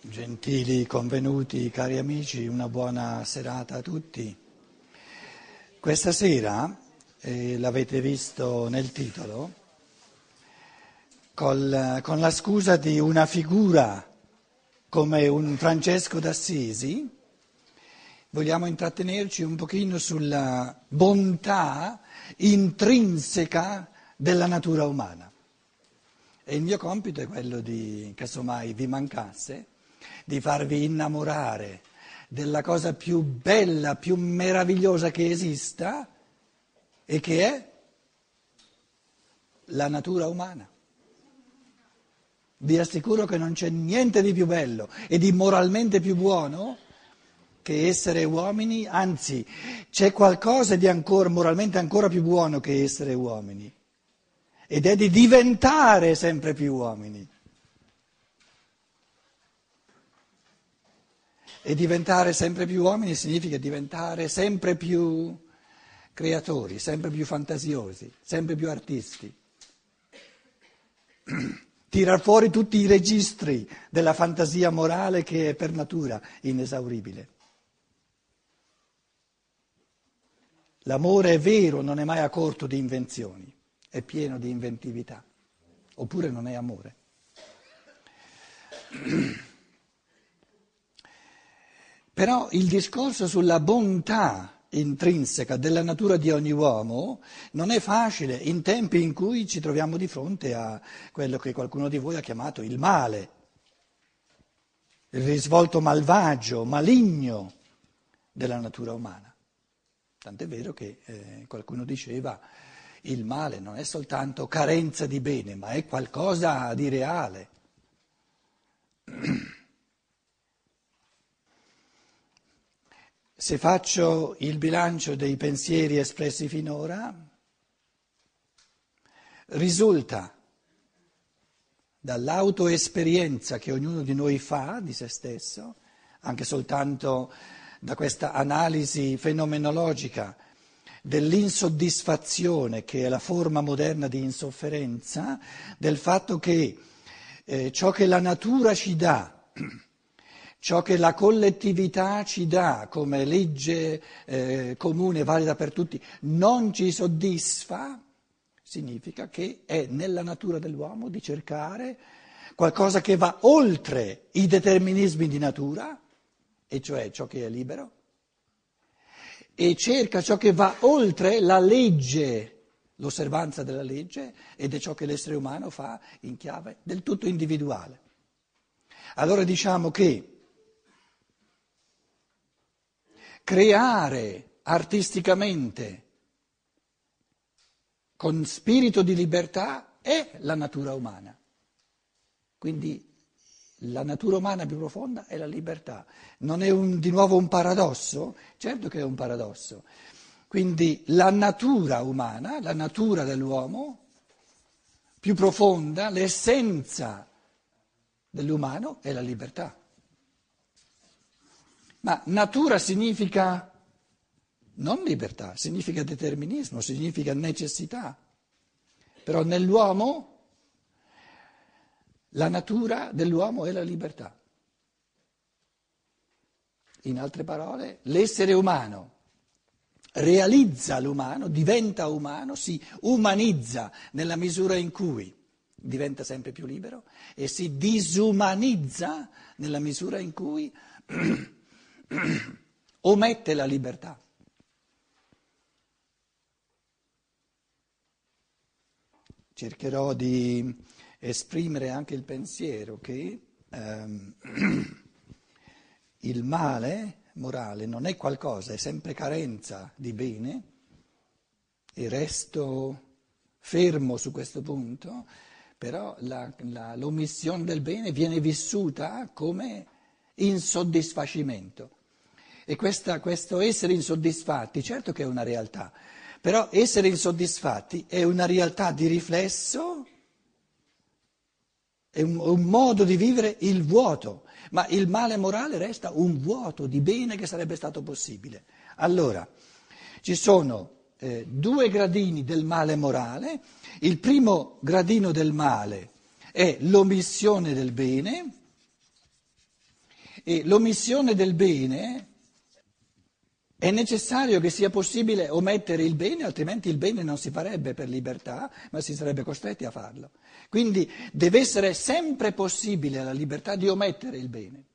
Gentili convenuti, cari amici, una buona serata a tutti. Questa sera, l'avete visto nel titolo, con la scusa di una figura come un Francesco d'Assisi, vogliamo intrattenerci un pochino sulla bontà intrinseca della natura umana. E il mio compito è quello di, casomai vi mancasse, di farvi innamorare della cosa più bella, più meravigliosa che esista e che è la natura umana. Vi assicuro che non c'è niente di più bello e di moralmente più buono che essere uomini, anzi c'è qualcosa di moralmente ancora più buono che essere uomini ed è di diventare sempre più uomini. E diventare sempre più uomini significa diventare sempre più creatori, sempre più fantasiosi, sempre più artisti. Tirar fuori tutti i registri della fantasia morale che è per natura inesauribile. L'amore è vero, non è mai a corto di invenzioni, è pieno di inventività, oppure non è amore. Però il discorso sulla bontà intrinseca della natura di ogni uomo non è facile in tempi in cui ci troviamo di fronte a quello che qualcuno di voi ha chiamato il male, il risvolto malvagio, maligno della natura umana. Tant'è vero che qualcuno diceva il male non è soltanto carenza di bene, ma è qualcosa di reale. Se faccio il bilancio dei pensieri espressi finora, risulta dall'autoesperienza che ognuno di noi fa di se stesso, anche soltanto da questa analisi fenomenologica dell'insoddisfazione, che è la forma moderna di insofferenza, del fatto che ciò che la natura ci dà, ciò che la collettività ci dà come legge comune, valida per tutti, non ci soddisfa, significa che è nella natura dell'uomo di cercare qualcosa che va oltre i determinismi di natura, e cioè ciò che è libero, e cerca ciò che va oltre la legge, l'osservanza della legge, ed è ciò che l'essere umano fa in chiave del tutto individuale. Allora diciamo che creare artisticamente, con spirito di libertà, è la natura umana. Quindi la natura umana più profonda è la libertà. Non è di nuovo un paradosso? Certo che è un paradosso. Quindi la natura umana, la natura dell'uomo più profonda, l'essenza dell'umano è la libertà. Ma natura significa non libertà, significa determinismo, significa necessità. Però nell'uomo la natura dell'uomo è la libertà. In altre parole, l'essere umano realizza l'umano, diventa umano, si umanizza nella misura in cui diventa sempre più libero e si disumanizza nella misura in cui omette la libertà. Cercherò di esprimere anche il pensiero che il male morale non è qualcosa, è sempre carenza di bene, e resto fermo su questo punto, però l'omissione del bene viene vissuta come insoddisfacimento. E questo essere insoddisfatti, certo che è una realtà, però essere insoddisfatti è una realtà di riflesso, è un modo di vivere il vuoto, ma il male morale resta un vuoto di bene che sarebbe stato possibile. Allora, ci sono due gradini del male morale. Il primo gradino del male è l'omissione del bene, E l'omissione del bene è necessario che sia possibile omettere il bene, altrimenti il bene non si farebbe per libertà, ma si sarebbe costretti a farlo. Quindi deve essere sempre possibile la libertà di omettere il bene.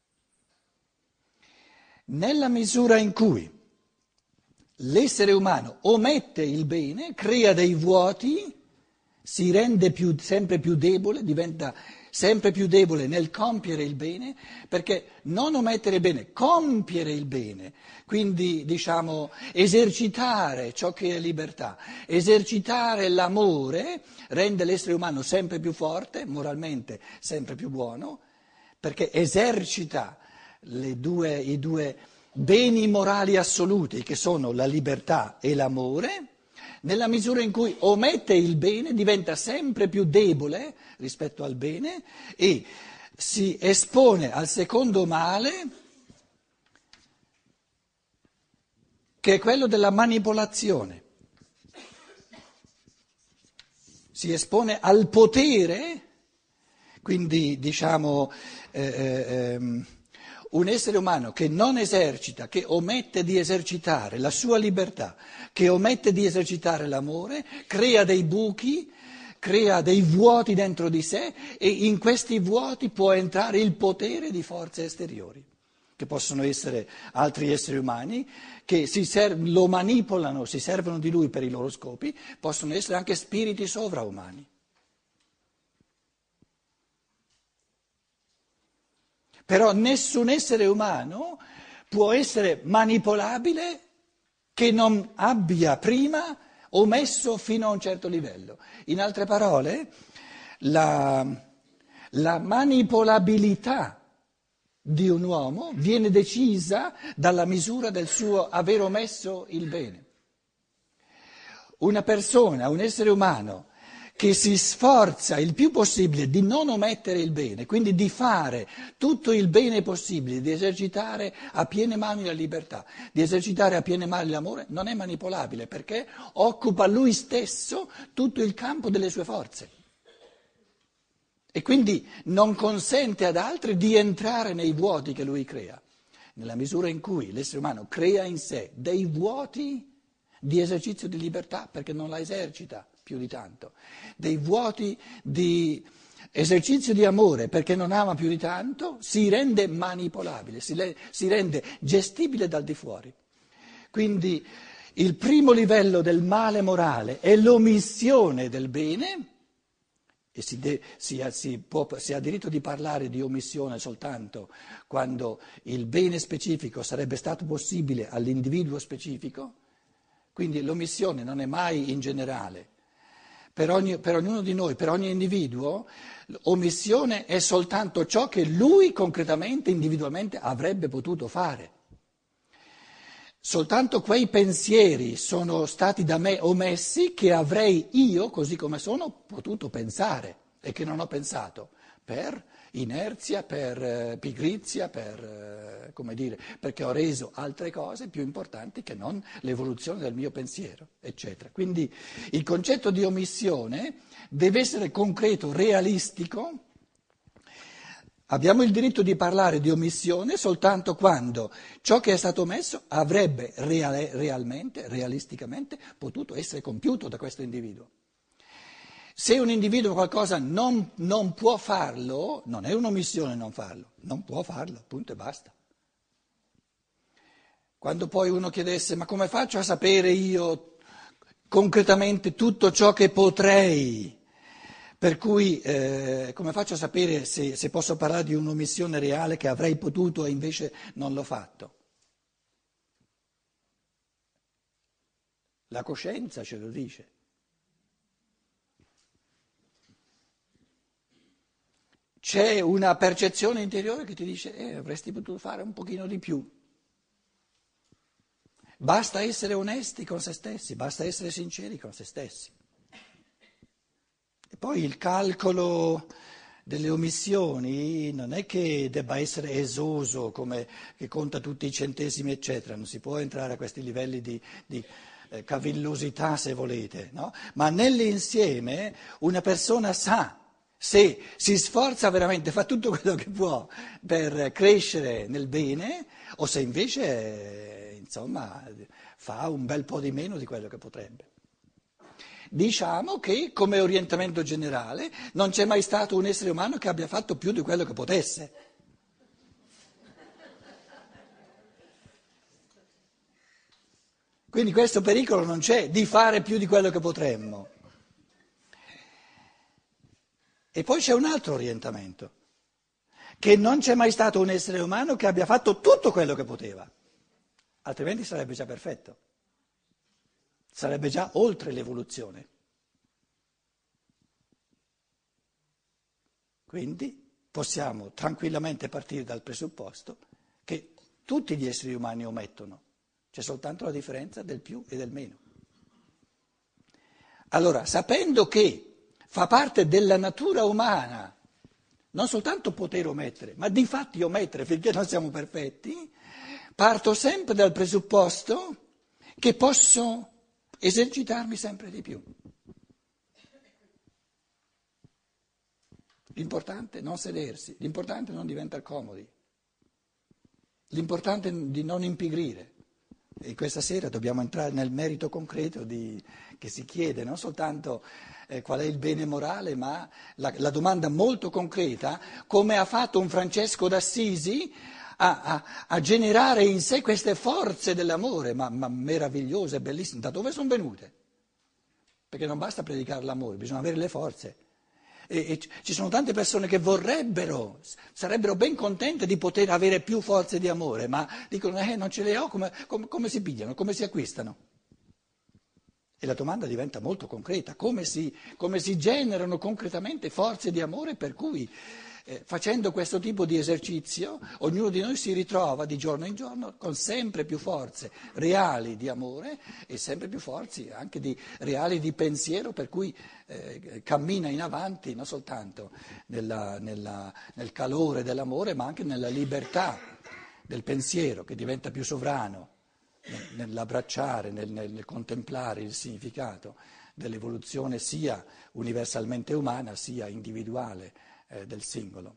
Nella misura in cui l'essere umano omette il bene, crea dei vuoti, si rende sempre più debole, diventa sempre più debole nel compiere il bene, perché non omettere il bene, compiere il bene, quindi diciamo esercitare ciò che è libertà, esercitare l'amore rende l'essere umano sempre più forte, moralmente sempre più buono, perché esercita i due beni morali assoluti che sono la libertà e l'amore. Nella misura in cui omette il bene diventa sempre più debole rispetto al bene e si espone al secondo male, che è quello della manipolazione. Si espone al potere, quindi diciamo un essere umano che non esercita, che omette di esercitare la sua libertà, che omette di esercitare l'amore, crea dei buchi, crea dei vuoti dentro di sé e in questi vuoti può entrare il potere di forze esteriori, che possono essere altri esseri umani, che lo manipolano, si servono di lui per i loro scopi, possono essere anche spiriti sovraumani. Però nessun essere umano può essere manipolabile che non abbia prima omesso fino a un certo livello. In altre parole, la manipolabilità di un uomo viene decisa dalla misura del suo aver omesso il bene. Una persona, un essere umano, che si sforza il più possibile di non omettere il bene, quindi di fare tutto il bene possibile, di esercitare a piene mani la libertà, di esercitare a piene mani l'amore, non è manipolabile perché occupa lui stesso tutto il campo delle sue forze e quindi non consente ad altri di entrare nei vuoti che lui crea. Nella misura in cui l'essere umano crea in sé dei vuoti di esercizio di libertà perché non la esercita più di tanto, dei vuoti di esercizio di amore perché non ama più di tanto, si rende manipolabile, si rende gestibile dal di fuori. Quindi il primo livello del male morale è l'omissione del bene e si ha diritto di parlare di omissione soltanto quando il bene specifico sarebbe stato possibile all'individuo specifico, quindi l'omissione non è mai in generale. Per ognuno di noi, per ogni individuo, omissione è soltanto ciò che lui concretamente, individualmente avrebbe potuto fare. Soltanto quei pensieri sono stati da me omessi che avrei io, così come sono, potuto pensare e che non ho pensato per inerzia, per pigrizia, perché ho reso altre cose più importanti che non l'evoluzione del mio pensiero, eccetera. Quindi il concetto di omissione deve essere concreto, realistico. Abbiamo il diritto di parlare di omissione soltanto quando ciò che è stato omesso avrebbe realmente, realisticamente potuto essere compiuto da questo individuo. Se un individuo qualcosa non può farlo, non è un'omissione non farlo, non può farlo, punto e basta. Quando poi uno chiedesse ma come faccio a sapere io concretamente tutto ciò che potrei, per cui come faccio a sapere se posso parlare di un'omissione reale che avrei potuto e invece non l'ho fatto? La coscienza ce lo dice. C'è una percezione interiore che ti dice avresti potuto fare un pochino di più. Basta essere onesti con se stessi, basta essere sinceri con se stessi. E poi il calcolo delle omissioni non è che debba essere esoso, come che conta tutti i centesimi, eccetera, non si può entrare a questi livelli di cavillosità, se volete, no? Ma nell'insieme una persona sa se si sforza veramente, fa tutto quello che può per crescere nel bene, o se invece, insomma, fa un bel po' di meno di quello che potrebbe. Diciamo che, come orientamento generale, non c'è mai stato un essere umano che abbia fatto più di quello che potesse. Quindi questo pericolo non c'è di fare più di quello che potremmo. E poi c'è un altro orientamento, che non c'è mai stato un essere umano che abbia fatto tutto quello che poteva, altrimenti sarebbe già perfetto, sarebbe già oltre l'evoluzione. Quindi possiamo tranquillamente partire dal presupposto che tutti gli esseri umani omettono, c'è soltanto la differenza del più e del meno. Allora, sapendo che fa parte della natura umana, non soltanto poter omettere, ma di fatti omettere finché non siamo perfetti, parto sempre dal presupposto che posso esercitarmi sempre di più. L'importante è non sedersi, l'importante è non diventare comodi, l'importante è di non impigrire. E questa sera dobbiamo entrare nel merito concreto che si chiede, non soltanto qual è il bene morale, ma la domanda molto concreta, come ha fatto un Francesco d'Assisi a generare in sé queste forze dell'amore, ma meravigliose, bellissime. Da dove sono venute? Perché non basta predicare l'amore, bisogna avere le forze. E ci sono tante persone che sarebbero ben contente di poter avere più forze di amore, ma dicono non ce le ho, come si pigliano, come si acquistano? E la domanda diventa molto concreta, come si generano concretamente forze di amore per cui facendo questo tipo di esercizio ognuno di noi si ritrova di giorno in giorno con sempre più forze reali di amore e sempre più forze anche reali di pensiero per cui cammina in avanti non soltanto nel calore dell'amore ma anche nella libertà del pensiero che diventa più sovrano nell'abbracciare, nel contemplare il significato dell'evoluzione sia universalmente umana sia individuale del singolo.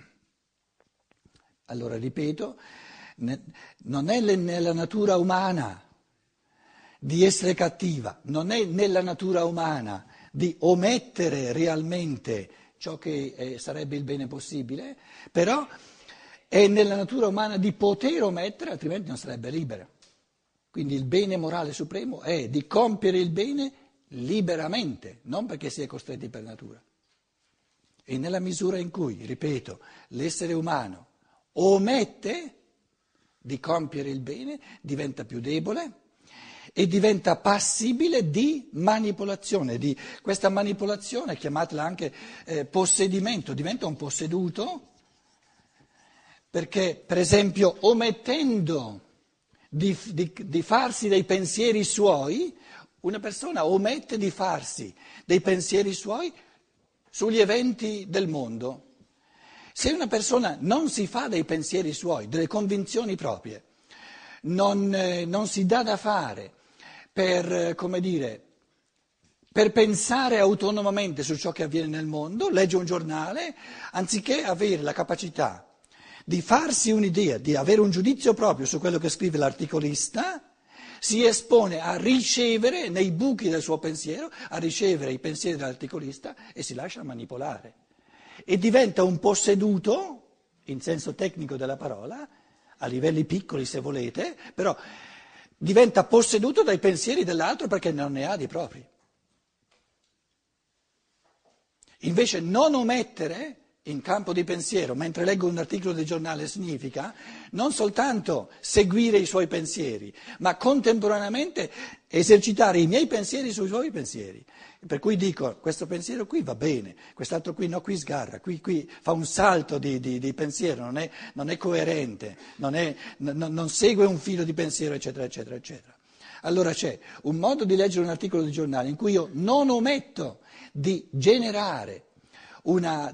Allora, ripeto, non è nella natura umana di essere cattiva, non è nella natura umana di omettere realmente ciò che sarebbe il bene possibile, però è nella natura umana di poter omettere, altrimenti non sarebbe libera. Quindi il bene morale supremo è di compiere il bene liberamente, non perché si è costretti per natura. E nella misura in cui, ripeto, l'essere umano omette di compiere il bene, diventa più debole e diventa passibile di manipolazione. Questa manipolazione, chiamatela anche possedimento, diventa un posseduto perché, per esempio, omettendo di farsi dei pensieri suoi, una persona omette di farsi dei pensieri suoi sugli eventi del mondo. Se una persona non si fa dei pensieri suoi, delle convinzioni proprie, non si dà da fare per pensare autonomamente su ciò che avviene nel mondo, legge un giornale, anziché avere la capacità di farsi un'idea, di avere un giudizio proprio su quello che scrive l'articolista, si espone a ricevere nei buchi del suo pensiero, a ricevere i pensieri dell'articolista e si lascia manipolare. E diventa un posseduto, in senso tecnico della parola, a livelli piccoli se volete, però diventa posseduto dai pensieri dell'altro perché non ne ha di propri. Invece non omettere in campo di pensiero, mentre leggo un articolo di giornale, significa non soltanto seguire i suoi pensieri, ma contemporaneamente esercitare i miei pensieri sui suoi pensieri. Per cui dico, questo pensiero qui va bene, quest'altro qui no, qui sgarra, qui fa un salto di pensiero, non è coerente, non segue un filo di pensiero, eccetera, eccetera, eccetera. Allora c'è un modo di leggere un articolo di giornale in cui io non ometto di generare un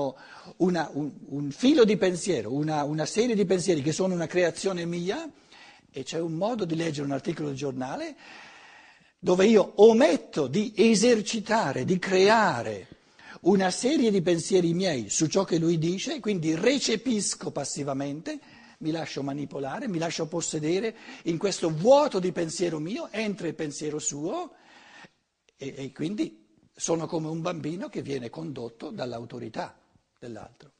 filo di pensiero, una serie di pensieri che sono una creazione mia, e c'è un modo di leggere un articolo di giornale dove io ometto di esercitare, di creare una serie di pensieri miei su ciò che lui dice, quindi recepisco passivamente, mi lascio manipolare, mi lascio possedere in questo vuoto di pensiero mio, entra il pensiero suo e quindi sono come un bambino che viene condotto dall'autorità dell'altro.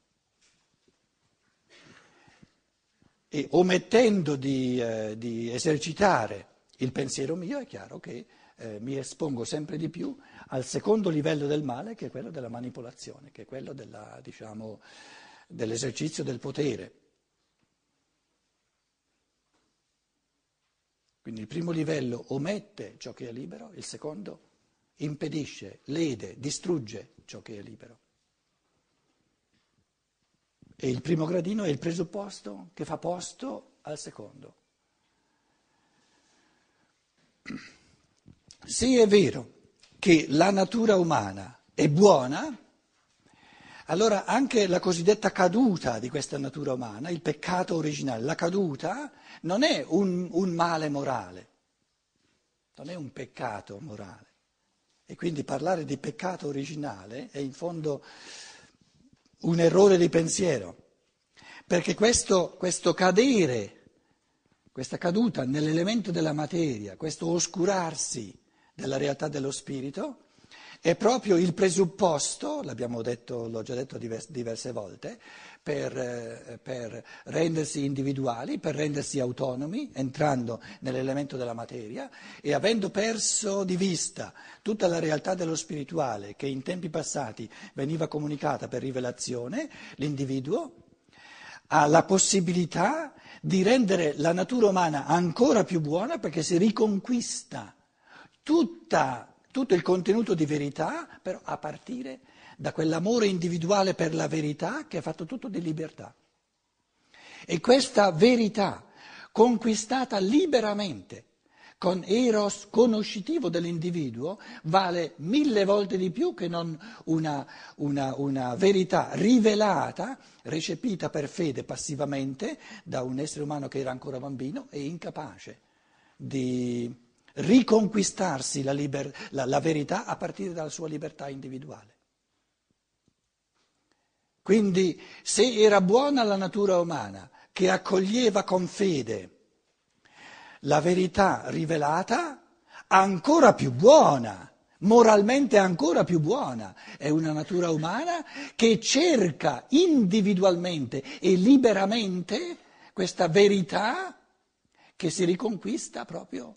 E omettendo di esercitare il pensiero mio, è chiaro che mi espongo sempre di più al secondo livello del male, che è quello della manipolazione, che è quello dell'esercizio del potere. Quindi il primo livello omette ciò che è libero, il secondo impedisce, lede, distrugge ciò che è libero. E il primo gradino è il presupposto che fa posto al secondo. Se è vero che la natura umana è buona, allora anche la cosiddetta caduta di questa natura umana, il peccato originale, la caduta non è un male morale, non è un peccato morale. E quindi parlare di peccato originale è in fondo un errore di pensiero, perché questo cadere, questa caduta nell'elemento della materia, questo oscurarsi della realtà dello spirito, è proprio il presupposto, l'ho già detto diverse volte, per rendersi individuali, per rendersi autonomi, entrando nell'elemento della materia e avendo perso di vista tutta la realtà dello spirituale che in tempi passati veniva comunicata per rivelazione, l'individuo ha la possibilità di rendere la natura umana ancora più buona perché si riconquista tutto il contenuto di verità, però a partire da quell'amore individuale per la verità che è fatto tutto di libertà. E questa verità, conquistata liberamente, con eros conoscitivo dell'individuo, vale 1000 volte di più che non una verità rivelata, recepita per fede passivamente da un essere umano che era ancora bambino e incapace di riconquistarsi la verità a partire dalla sua libertà individuale. Quindi se era buona la natura umana che accoglieva con fede la verità rivelata, ancora più buona, moralmente ancora più buona, è una natura umana che cerca individualmente e liberamente questa verità che si riconquista proprio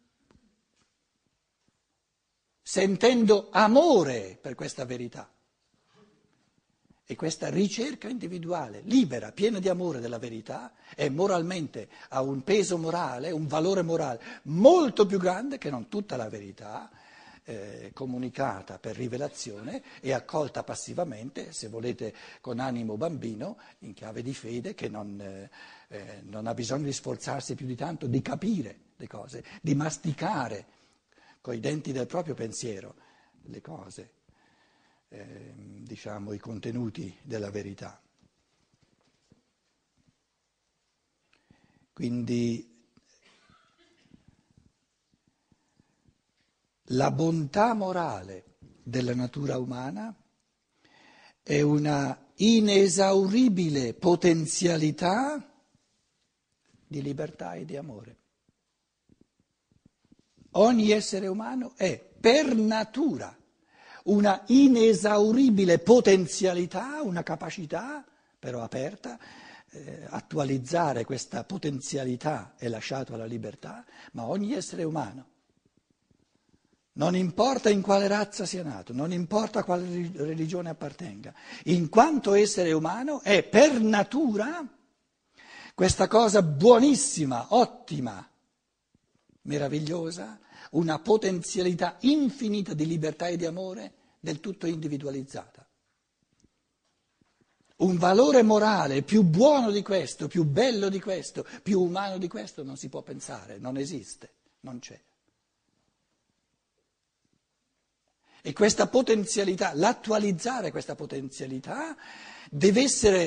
sentendo amore per questa verità. E questa ricerca individuale, libera, piena di amore della verità, è moralmente, ha un peso morale, un valore morale molto più grande che non tutta la verità comunicata per rivelazione e accolta passivamente, se volete con animo bambino, in chiave di fede, che non ha bisogno di sforzarsi più di tanto di capire le cose, di masticare coi denti del proprio pensiero le cose. I contenuti della verità. Quindi la bontà morale della natura umana è una inesauribile potenzialità di libertà e di amore. Ogni essere umano è per natura una inesauribile potenzialità, una capacità, però aperta, attualizzare questa potenzialità è lasciato alla libertà, ma ogni essere umano, non importa in quale razza sia nato, non importa a quale religione appartenga, in quanto essere umano è per natura questa cosa buonissima, ottima, meravigliosa, una potenzialità infinita di libertà e di amore del tutto individualizzata. Un valore morale più buono di questo, più bello di questo, più umano di questo non si può pensare, non esiste, non c'è. E questa potenzialità, l'attualizzare questa potenzialità deve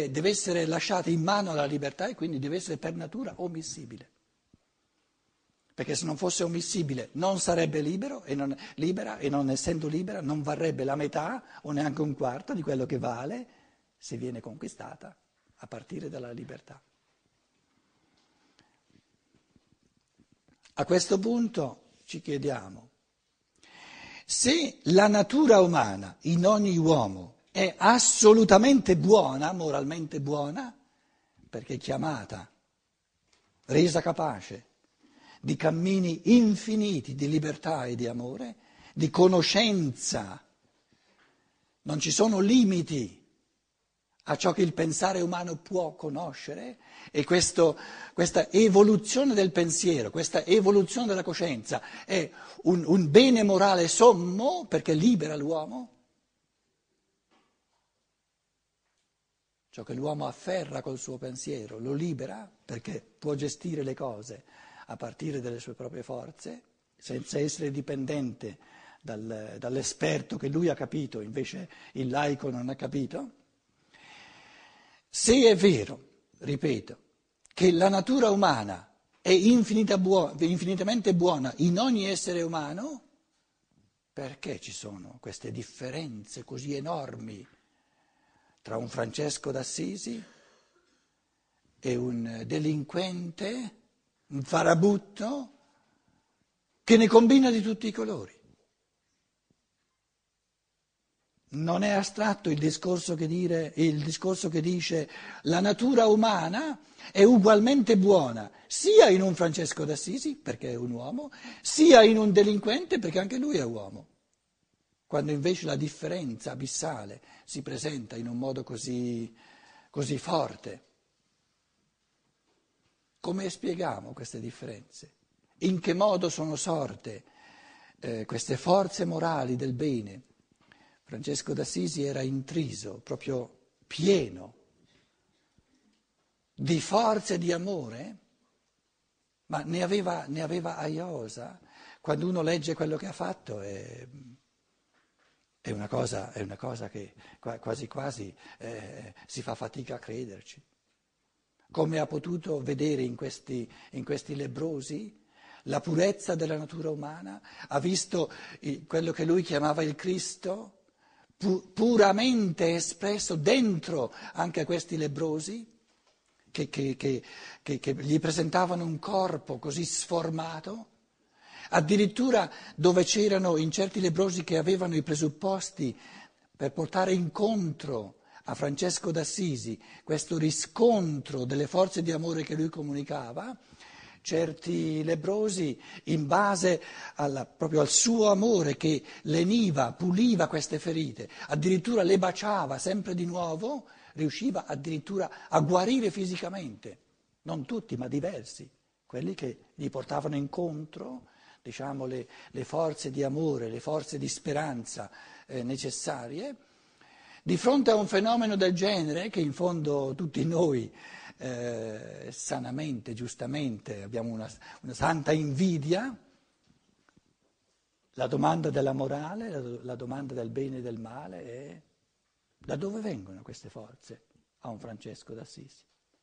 essere lasciata in mano alla libertà e quindi deve essere per natura ommissibile. perché se non fosse ommissibile non sarebbe libera e non essendo libera non varrebbe la metà o neanche un quarto di quello che vale se viene conquistata a partire dalla libertà. A questo punto ci chiediamo, se la natura umana in ogni uomo è assolutamente buona, moralmente buona, perché è chiamata, resa capace di cammini infiniti di libertà e di amore, di conoscenza, non ci sono limiti a ciò che il pensare umano può conoscere e questa evoluzione del pensiero, questa evoluzione della coscienza è un bene morale sommo perché libera l'uomo. Ciò che l'uomo afferra col suo pensiero lo libera perché può gestire le cose a partire dalle sue proprie forze, senza essere dipendente dall'esperto che lui ha capito, invece il laico non ha capito. Se è vero, ripeto, che la natura umana è infinitamente buona in ogni essere umano, perché ci sono queste differenze così enormi tra un Francesco d'Assisi e un delinquente, un farabutto, che ne combina di tutti i colori? Non è astratto il discorso che dice la natura umana è ugualmente buona sia in un Francesco d'Assisi, perché è un uomo, sia in un delinquente, perché anche lui è uomo. Quando invece la differenza abissale si presenta in un modo così forte. Come spieghiamo queste differenze? In che modo sono sorte queste forze morali del bene? Francesco d'Assisi era intriso, proprio pieno di forza e di amore, ma ne aveva a iosa. Quando uno legge quello che ha fatto è una cosa che quasi si fa fatica a crederci. Come ha potuto vedere in questi lebbrosi la purezza della natura umana? Ha visto quello che lui chiamava il Cristo? Puramente espresso dentro anche a questi lebbrosi che gli presentavano un corpo così sformato, addirittura dove c'erano in certi lebbrosi che avevano i presupposti per portare incontro a Francesco d'Assisi questo riscontro delle forze di amore che lui comunicava. Certi lebbrosi, in base proprio al suo amore che leniva, puliva queste ferite, addirittura le baciava sempre di nuovo, riusciva addirittura a guarire fisicamente, non tutti ma diversi, quelli che gli portavano incontro, diciamo, le forze di amore, le forze di speranza necessarie. Di fronte a un fenomeno del genere, che in fondo tutti noi sanamente, giustamente, abbiamo una santa invidia, la domanda della morale, la domanda del bene e del male è: da dove vengono queste forze a un Francesco d'Assisi?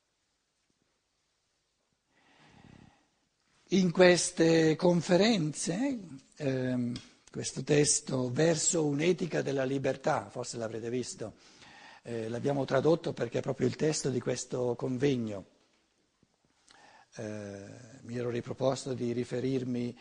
In queste conferenze, questo testo, Verso un'etica della libertà, forse l'avrete visto, l'abbiamo tradotto perché è proprio il testo di questo convegno. Mi ero riproposto di riferirmi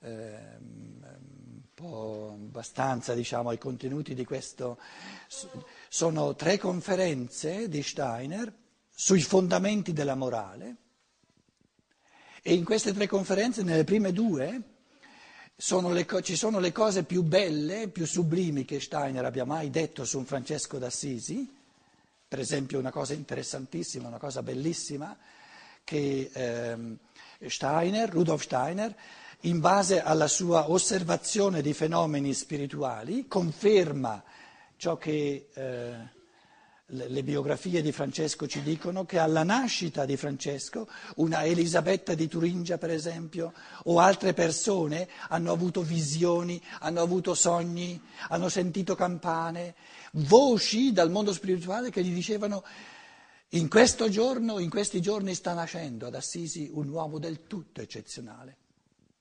un po' abbastanza, diciamo, ai contenuti di questo. Sono 3 conferenze di Steiner sui fondamenti della morale e in queste 3 conferenze, nelle prime 2, ci sono le cose più belle, più sublimi che Steiner abbia mai detto su un Francesco d'Assisi. Per esempio una cosa interessantissima, una cosa bellissima, che Rudolf Steiner, in base alla sua osservazione di fenomeni spirituali, conferma ciò che le biografie di Francesco ci dicono, che alla nascita di Francesco una Elisabetta di Turingia, per esempio, o altre persone hanno avuto visioni, hanno avuto sogni, hanno sentito campane, voci dal mondo spirituale che gli dicevano: in questi giorni sta nascendo ad Assisi un uomo del tutto eccezionale.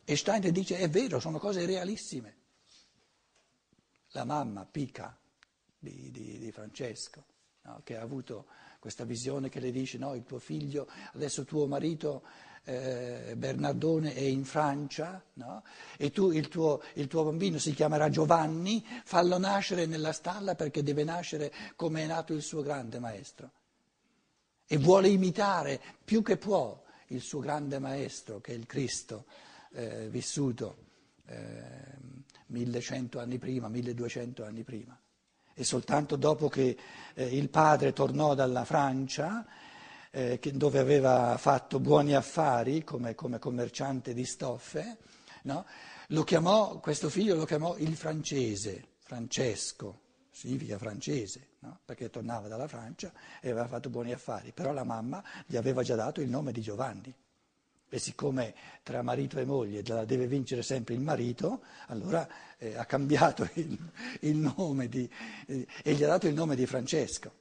E Steiner dice, è vero, sono cose realissime. La mamma Pica di Francesco, no, che ha avuto questa visione che le dice, no, il tuo figlio, adesso tuo marito Bernardone è in Francia, no, e tu il tuo bambino si chiamerà Giovanni, fallo nascere nella stalla perché deve nascere come è nato il suo grande maestro. E vuole imitare più che può il suo grande maestro, che è il Cristo, vissuto 1100 anni prima, 1200 anni prima. E soltanto dopo che il padre tornò dalla Francia, dove aveva fatto buoni affari come commerciante di stoffe, no? Questo figlio lo chiamò il francese, Francesco, significa francese, no? Perché tornava dalla Francia e aveva fatto buoni affari, però la mamma gli aveva già dato il nome di Giovanni. E siccome tra marito e moglie la deve vincere sempre il marito, allora ha cambiato il nome e gli ha dato il nome di Francesco.